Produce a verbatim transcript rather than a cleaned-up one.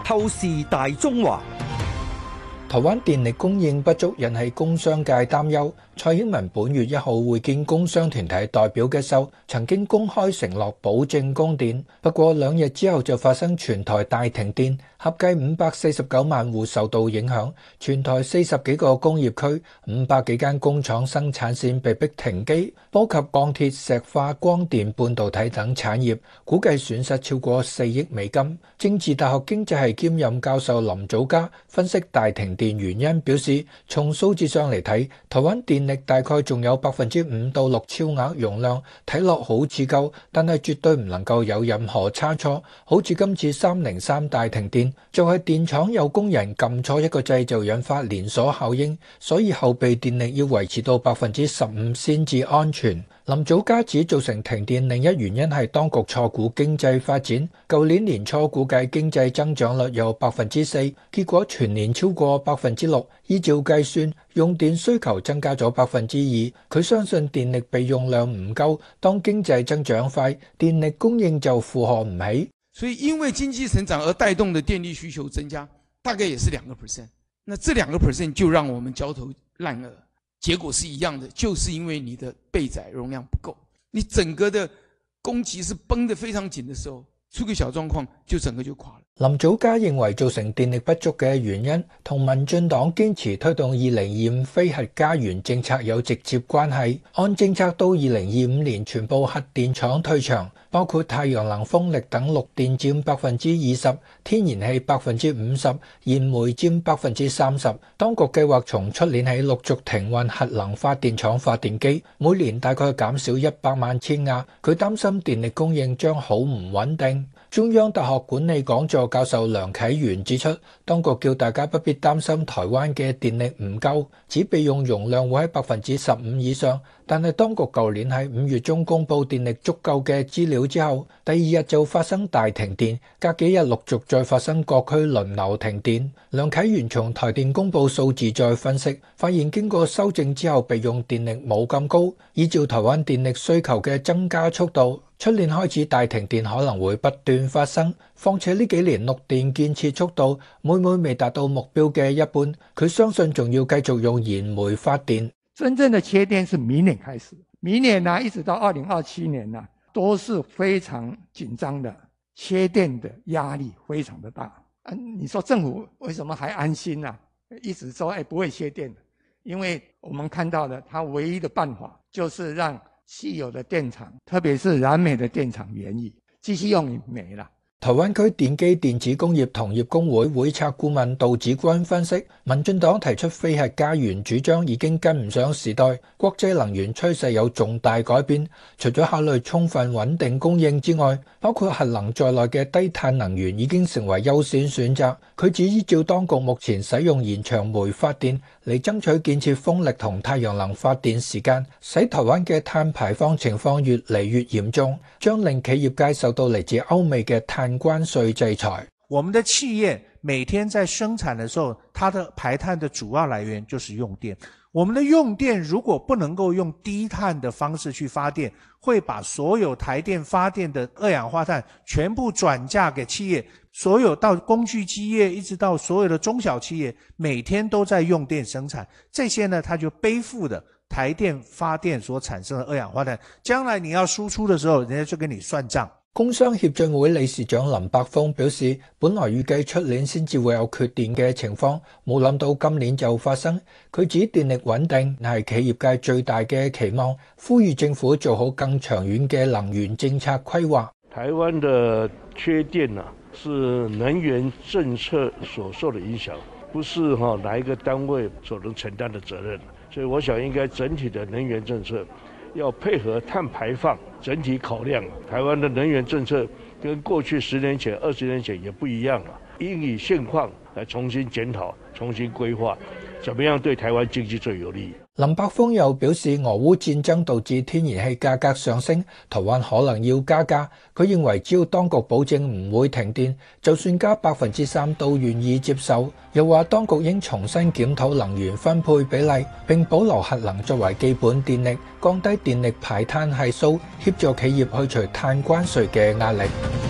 透視大中華。 台灣電力供應不足引起工商界擔憂。蔡英文本月一號會見工商團體代表嘅時候，曾經公開承諾保證供電。不過兩日之後就發生全台大停電，合計五百四十九萬戶受到影響。全台四十幾個工業區、五百幾間工廠生產線被迫停機，波及鋼鐵、石化、光電、半導體等產業，估計損失超過四億美金。政治大學經濟系兼任教授林祖嘉分析大停電原因，表示從數字上嚟睇，台灣電力大概仲有百分之五到六超額容量，睇落好似夠，但係絕對唔能夠有任何差錯。好似今次三零三大停電，就係電廠有工人撳錯一個掣就引發連鎖效應，所以後備電力要維持到百分之十五先至安全。林祖嘉指造成停電另一原因係當局錯估經濟發展，舊年年初估計經濟增長率有百分之四，結果全年超過百分之六，依照計算，用電需求增加咗百分之二。佢相信電力備用量唔夠，當經濟增長快，電力供應就負荷唔起。 所以因為經濟成長而帶動的電力需求增加，大概也是兩個 percent。那這兩個 percent 就讓我們焦頭爛額。結果是一樣的，就是因為你的備載容量不夠，你整個的供給是繃得非常緊的時候，出個小狀況就整個就垮了。 林祖嘉認為造成電力不足嘅原因同民進黨堅持推動二零二五非核家園政策有直接關係。按政策到二零二五年全部核電廠退場，包括太陽能、風力等綠電佔百分之二十，天然氣百分之五十，燃煤佔百分之三十。當局計劃從出年起陸續停運核能發電廠發電機，每年大概減少一百萬千瓦。佢擔心電力供應將好唔穩定。中央大學管理講座教授梁啟源指出，當局叫大家不必擔心台灣嘅電力唔夠，只備用容量會喺百分之十五以上。但係當局舊年喺五月中公布電力足夠嘅資料之後，第二日就發生大停電，隔幾日陸續再發生各區輪流停電。梁啟源從台電公布數字再分析，發現經過修正之後備用電力冇咁高，依照台灣電力需求嘅增加速度，出年開始大停電可能會不斷發生。況且呢幾年綠電建設速度每每未達到目標嘅一半，佢相信仲要繼續用燃煤發電。 真正的切電是明年開始，明年呢、啊、一直到二零二七年呢、啊、都是非常緊張的，切電的壓力非常的大。啊，你說政府為什麼還安心啊？一直說哎不會切電，因為我們看到的，它唯一的辦法就是讓既有的電廠，特別是燃煤的電廠延役，繼續用煤了。 台灣區電機電子工業同業工會會策顧問杜子君分析，民進黨提出非核家園主張已經跟唔上時代，國際能源趨勢有重大改變，除咗考慮充分穩定供應之外，包括核能在內嘅低碳能源已經成為優先選擇。佢指依照當局目前使用延長煤發電嚟爭取建設風力同太陽能發電時間，使台灣嘅碳排放情況越嚟越嚴重，將令企業界受到嚟自歐美嘅碳關稅制裁。 我們的企業每天在生產的時候，它的排碳的主要來源就是用電。我們的用電如果不能夠用低碳的方式去發電，會把所有台電發電的二氧化碳全部轉嫁給企業，所有到工具機業一直到所有的中小企業，每天都在用電生產，這些呢，它就背負的台電發電所產生的二氧化碳，將來你要輸出的時候，人家就跟你算賬。 工商協進會理事長林柏峰表示，本來預計出年先至會有缺電嘅情況，冇諗到今年就發生。佢指電力穩定係企業界最大嘅期望，呼籲政府做好更長遠嘅能源政策規劃。 台灣的缺電啊，是能源政策所受的影響，不是哈哪一個單位所能承擔的責任。所以我想應該整體的能源政策要配合碳排放整體考量。台灣的能源政策跟過去十年前、二十年前也不一樣了，應以現況來重新檢討、重新規劃，怎麼樣對台灣經濟最有利。 林柏峰又表示，俄烏戰爭導致天然氣價格上升，台灣可能要加價。佢認為只要當局保證唔會停電，就算加百分之三都願意接受。又話當局應重新檢討能源分配比例，並保留核能作為基本電力，降低電力排碳係數，協助企業去除碳關稅嘅壓力。